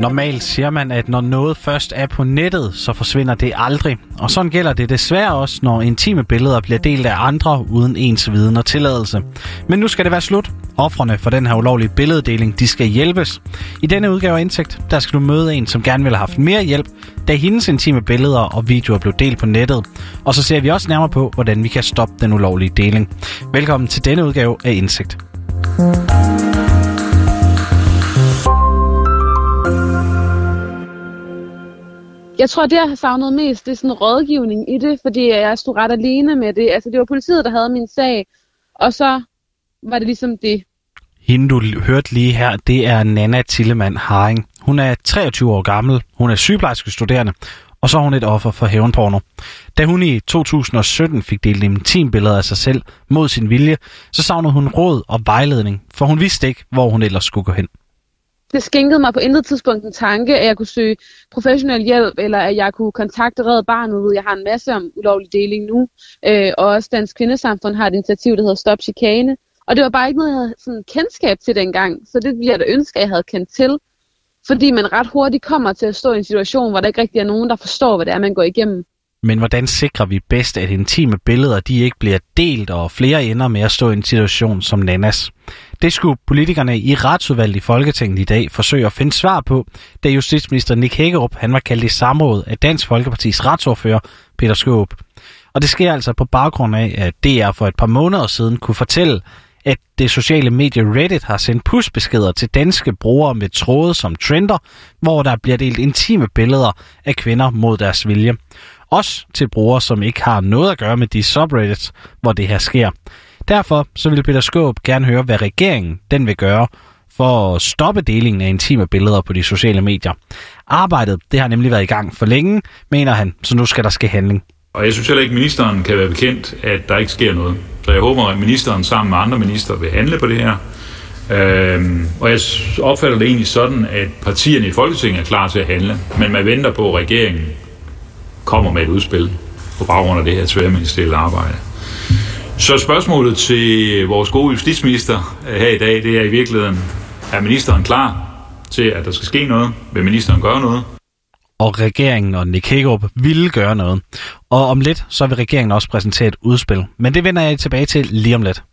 Normalt siger man, at når noget først er på nettet, så forsvinder det aldrig. Og sådan gælder det desværre også, når intime billeder bliver delt af andre uden ens viden og tilladelse. Men nu skal det være slut. Ofrene for den her ulovlige billeddeling, de skal hjælpes. I denne udgave af Indsigt, der skal du møde en, som gerne ville have haft mere hjælp, da hendes intime billeder og videoer blev delt på nettet. Og så ser vi også nærmere på, hvordan vi kan stoppe den ulovlige deling. Velkommen til denne udgave af Indsigt. Jeg tror, det jeg har savnet mest, det er sådan rådgivning i det, fordi jeg stod ret alene med det. Altså, det var politiet, der havde min sag, og så var det ligesom det. Hende, du hørte lige her, det er Nanna Thielemann Haring. Hun er 23 år gammel, hun er sygeplejerskestuderende, og så er hun et offer for hævnporno. Da hun i 2017 fik delt intimbilleder af sig selv mod sin vilje, så savnede hun råd og vejledning, for hun vidste ikke, hvor hun ellers skulle gå hen. Det skænkede mig på intet tidspunkt en tanke, at jeg kunne søge professionel hjælp, eller at jeg kunne kontakte Red Barnet. Jeg har en masse om ulovlig deling nu, og også Dansk Kvindesamfund har et initiativ, der hedder Stop Chikane. Og det var bare ikke noget, jeg havde sådan kendskab til dengang, så det ville jeg da ønske, at jeg havde kendt til. Fordi man ret hurtigt kommer til at stå i en situation, hvor der ikke rigtig er nogen, der forstår, hvad det er, man går igennem. Men hvordan sikrer vi bedst, at intime billeder de ikke bliver delt, og flere ender med at stå i en situation som Nannas? Det skulle politikerne i retsudvalget i Folketinget i dag forsøge at finde svar på, da justitsminister Nick Hækkerup han var kaldt i samråd af Dansk Folkepartis retsordfører Peter Skaarup. Og det sker altså på baggrund af, at DR for et par måneder siden kunne fortælle, at det sociale medie Reddit har sendt pushbeskeder til danske brugere med tråde som trender, hvor der bliver delt intime billeder af kvinder mod deres vilje. Også til brugere, som ikke har noget at gøre med de subreddits, hvor det her sker. Derfor så vil Peter Skaarup gerne høre, hvad regeringen den vil gøre for at stoppe delingen af intime billeder på de sociale medier. Arbejdet det har nemlig været i gang for længe, mener han, så nu skal der ske handling. Og jeg synes heller ikke, at ministeren kan være bekendt, at der ikke sker noget. Så jeg håber, at ministeren sammen med andre minister vil handle på det her. Og jeg opfatter det egentlig sådan, at partierne i Folketinget er klar til at handle, men man venter på, at regeringen kommer med et udspil på baggrund af det her tværministerielle arbejde. Så spørgsmålet til vores gode justitsminister her i dag, det er i virkeligheden, er ministeren klar til, at der skal ske noget? Vil ministeren gøre noget? Og regeringen og Nick Hækkerup ville gøre noget. Og om lidt, så vil regeringen også præsentere et udspil. Men det vender jeg tilbage til lige om lidt.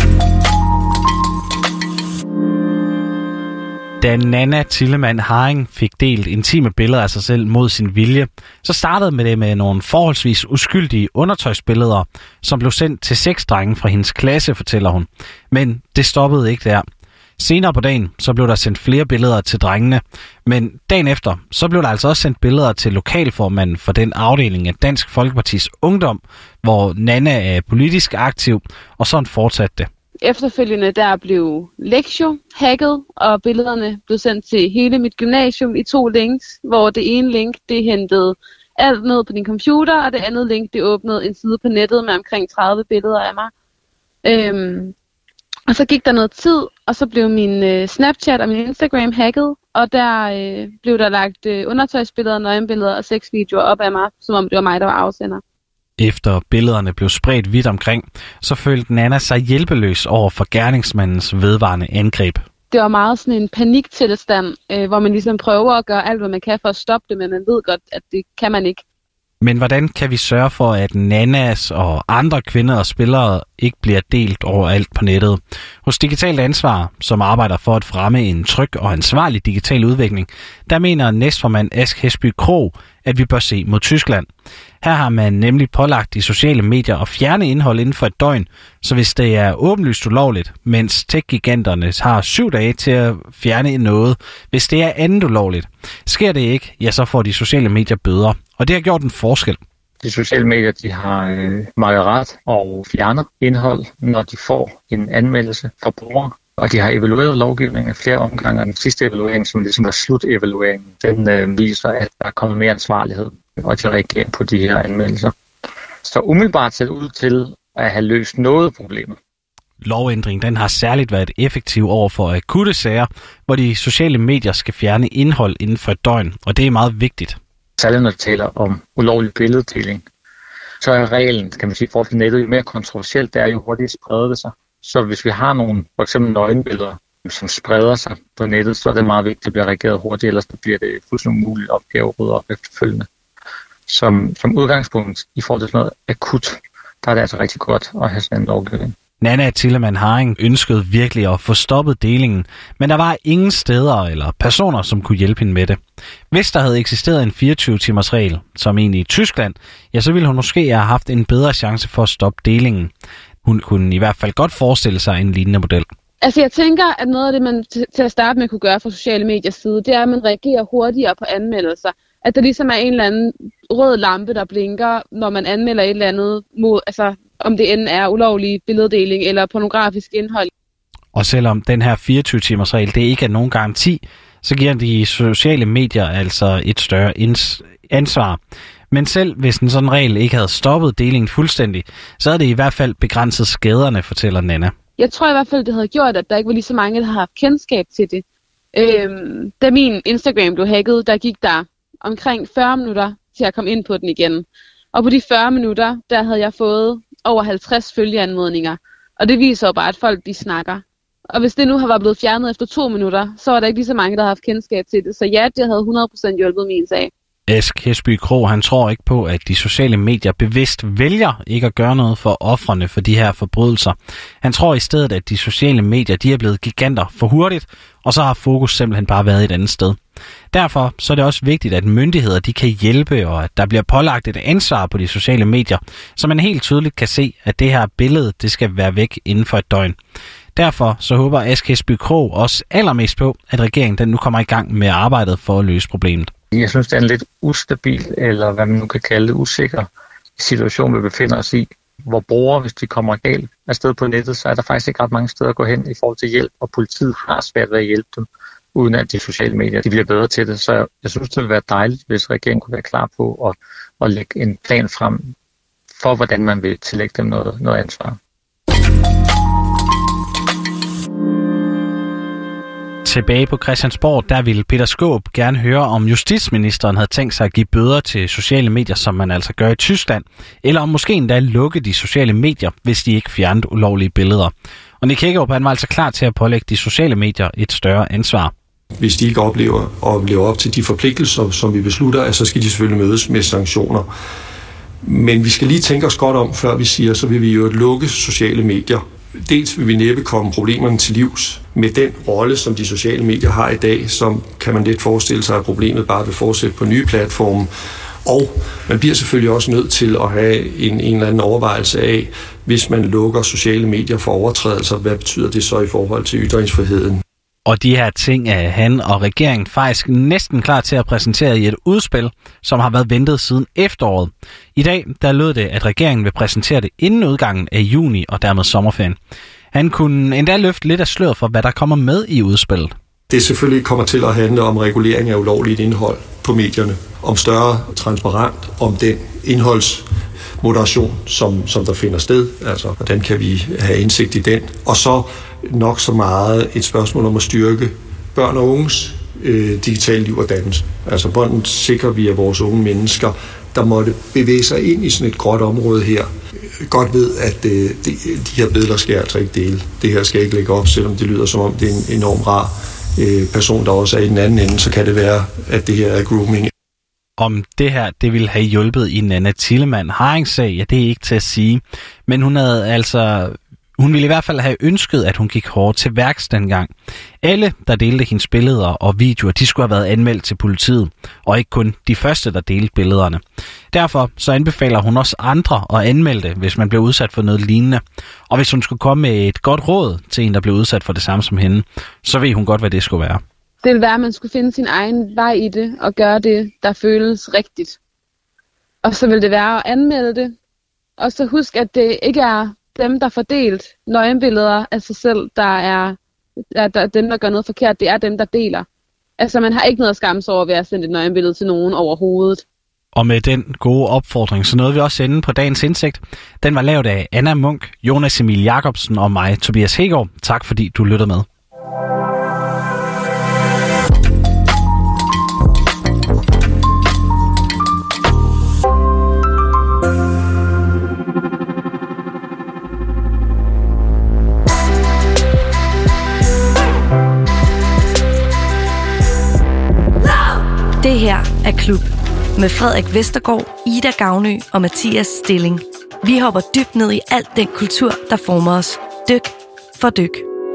Da Nanna Thielemann Haring fik delt intime billeder af sig selv mod sin vilje, så startede med det med nogle forholdsvis uskyldige undertøjsbilleder, som blev sendt til 6 drenge fra hendes klasse, fortæller hun. Men det stoppede ikke der. Senere på dagen, så blev der sendt flere billeder til drengene, men dagen efter, så blev der altså også sendt billeder til lokalformanden for den afdeling af Dansk Folkepartis Ungdom, hvor Nanna er politisk aktiv, og sådan fortsatte det. Efterfølgende der blev Lektio hacket, og billederne blev sendt til hele mit gymnasium i 2 links, hvor det ene link det hentede alt ned på din computer, og det andet link det åbnede en side på nettet med omkring 30 billeder af mig. Og så gik der noget tid, og så blev min Snapchat og min Instagram hacket, og der blev der lagt undertøjsbilleder, nøgenbilleder og sexvideoer op af mig, som om det var mig, der var afsender. Efter billederne blev spredt vidt omkring, så følte Nanna sig hjælpeløs over for gerningsmandens vedvarende angreb. Det var meget sådan en paniktilstand, hvor man ligesom prøver at gøre alt, hvad man kan for at stoppe det, men man ved godt, at det kan man ikke. Men hvordan kan vi sørge for, at Nannas og andre kvinder og spillere ikke bliver delt overalt på nettet? Hos Digitalt Ansvar, som arbejder for at fremme en tryg og ansvarlig digital udvikling, der mener næstformand Ask Hesby Krog, at vi bør se mod Tyskland. Her har man nemlig pålagt de sociale medier at fjerne indhold inden for et døgn, så hvis det er åbenlyst ulovligt, mens tech-giganterne har 7 dage til at fjerne noget, hvis det er andet ulovligt. Sker det ikke, ja, så får de sociale medier bøder, og det har gjort en forskel. De sociale medier de har meget ret og fjerner indhold, når de får en anmeldelse fra brugere. Og de har evalueret lovgivningen flere omgange, og den sidste evaluering, som ligesom var slutevalueringen, den viser, at der er kommet mere ansvarlighed, og de reagerer på de her anmeldelser. Så umiddelbart ser det ud til at have løst noget af problemet. Lovændringen den har særligt været effektiv over for akutte sager, hvor de sociale medier skal fjerne indhold inden for et døgn, og det er meget vigtigt. Særligt når det taler om ulovlig billeddeling, så er reglen, kan man sige, for nettet jo mere kontroversielt, det er jo hurtigt spreder det sig. Så hvis vi har nogle for eksempel nøgenbilleder, som spreder sig på nettet, så er det meget vigtigt, at det bliver reageret hurtigt, ellers bliver det fuldstændig umuligt opgave at rydde op efterfølgende. Som udgangspunkt i forhold til sådan noget akut, der er det altså rigtig godt at have sådan en lovgivning. Nanna Thielemann Haring ønskede virkelig at få stoppet delingen, men der var ingen steder eller personer, som kunne hjælpe hende med det. Hvis der havde eksisteret en 24-timers regel, som egentlig i Tyskland, ja, så ville hun måske have haft en bedre chance for at stoppe delingen. Hun kunne i hvert fald godt forestille sig en lignende model. Altså jeg tænker, at noget af det, man til at starte med kunne gøre fra sociale mediers side, det er, at man reagerer hurtigere på anmeldelser. At der ligesom er en eller anden rød lampe, der blinker, når man anmelder et eller andet mod, altså om det end er ulovlig billeddeling eller pornografisk indhold. Og selvom den her 24-timers regel, det ikke er nogen garanti, så giver de sociale medier altså et større ansvar. Men selv hvis en sådan regel ikke havde stoppet delingen fuldstændig, så havde det i hvert fald begrænset skaderne, fortæller Nanna. Jeg tror i hvert fald, det havde gjort, at der ikke var lige så mange, der havde haft kendskab til det. Da min Instagram blev hacket, der gik der omkring 40 minutter til at komme ind på den igen. Og på de 40 minutter, der havde jeg fået over 50 følgeanmodninger. Og det viser jo bare, at folk de snakker. Og hvis det nu var blevet fjernet efter 2 minutter, så var der ikke lige så mange, der havde haft kendskab til det. Så ja, det havde 100% hjulpet min sag. Esk Hesby Krog, han tror ikke på, at de sociale medier bevidst vælger ikke at gøre noget for ofrene for de her forbrydelser. Han tror i stedet, at de sociale medier de er blevet giganter for hurtigt, og så har fokus simpelthen bare været et andet sted. Derfor så er det også vigtigt, at myndigheder de kan hjælpe, og at der bliver pålagt et ansvar på de sociale medier, så man helt tydeligt kan se, at det her billede det skal være væk inden for et døgn. Derfor så håber Esk Hesby Krog også allermest på, at regeringen den nu kommer i gang med arbejdet for at løse problemet. Jeg synes, det er en lidt ustabil, eller hvad man nu kan kalde det, usikker situation, vi befinder os i. Hvor brugere, hvis de kommer galt afsted på nettet, så er der faktisk ikke ret mange steder at gå hen i forhold til hjælp, og politiet har svært ved at hjælpe dem, uden at de sociale medier de bliver bedre til det. Så jeg synes, det ville være dejligt, hvis regeringen kunne være klar på at lægge en plan frem for, hvordan man vil tillægge dem noget ansvar. Tilbage på Christiansborg, der ville Peter Skaarup gerne høre, om justitsministeren havde tænkt sig at give bøder til sociale medier, som man altså gør i Tyskland, eller om måske endda lukke de sociale medier, hvis de ikke fjernede ulovlige billeder. Og Nick Hækkerup, han var altså klar til at pålægge de sociale medier et større ansvar. Hvis de ikke oplever og lever op til de forpligtelser, som vi beslutter, så skal de selvfølgelig mødes med sanktioner. Men vi skal lige tænke os godt om, før vi siger, så vil vi jo lukke sociale medier. Dels vil vi næppe komme problemerne til livs. Med den rolle, som de sociale medier har i dag, så kan man lidt forestille sig, at problemet bare vil fortsætte på nye platforme. Og man bliver selvfølgelig også nødt til at have en eller anden overvejelse af, hvis man lukker sociale medier for overtrædelser, hvad betyder det så i forhold til ytringsfriheden? Og de her ting er han og regeringen faktisk næsten klar til at præsentere i et udspil, som har været ventet siden efteråret. I dag der lød det, at regeringen vil præsentere det inden udgangen af juni og dermed sommerferien. Han kunne endda løfte lidt af sløret for, hvad der kommer med i udspillet. Det selvfølgelig kommer til at handle om regulering af ulovligt indhold på medierne, om større transparent, om den indholdsmoderation, som der finder sted. Altså, hvordan kan vi have indsigt i den? Og så nok så meget et spørgsmål om at styrke børn og unges digitale liv og dannelse. Altså, hvordan sikrer vi, at vores unge mennesker, der måtte bevæge sig ind i sådan et gråt område her, godt ved, at de her billeder skal altså ikke dele. Det her skal ikke lægge op, selvom det lyder som om det er en enorm rar person, der også er i den anden ende, så kan det være, at det her er grooming. Om det her, det ville have hjulpet i Nanna Thielemann Harings sag, ja, det er ikke til at sige. Men hun ville i hvert fald have ønsket, at hun gik hårdt til værks dengang. Alle, der delte hendes billeder og videoer, de skulle have været anmeldt til politiet, og ikke kun de første, der delte billederne. Derfor så anbefaler hun også andre at anmelde det, hvis man bliver udsat for noget lignende. Og hvis hun skulle komme med et godt råd til en, der blev udsat for det samme som hende, så ved hun godt, hvad det skulle være. Det ville være, at man skulle finde sin egen vej i det, og gøre det, der føles rigtigt. Og så vil det være at anmelde det. Og så husk, at det ikke er dem, der får delt nøgenbilleder af sig selv, der er dem, der gør noget forkert. Det er dem, der deler. Altså, man har ikke noget at skamme sig over ved at sende et nøgenbillede til nogen overhovedet. Og med den gode opfordring, så nåede vi også ende på dagens indsigt. Den var lavet af Anna Munk, Jonas Emil Jacobsen og mig, Tobias Hækkerup. Tak fordi du lyttede med. her er Klub med Frederik Vestergaard, Ida Gavnø og Mathias Stilling. Vi hopper dybt ned i alt den kultur, der former os. Dyk for dyk.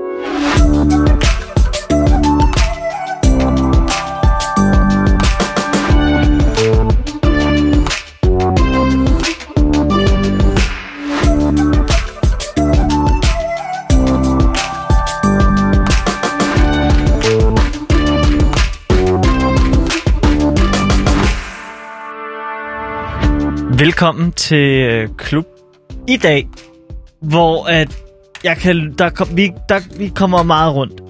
Velkommen til Klub i dag, hvor at vi kommer meget rundt.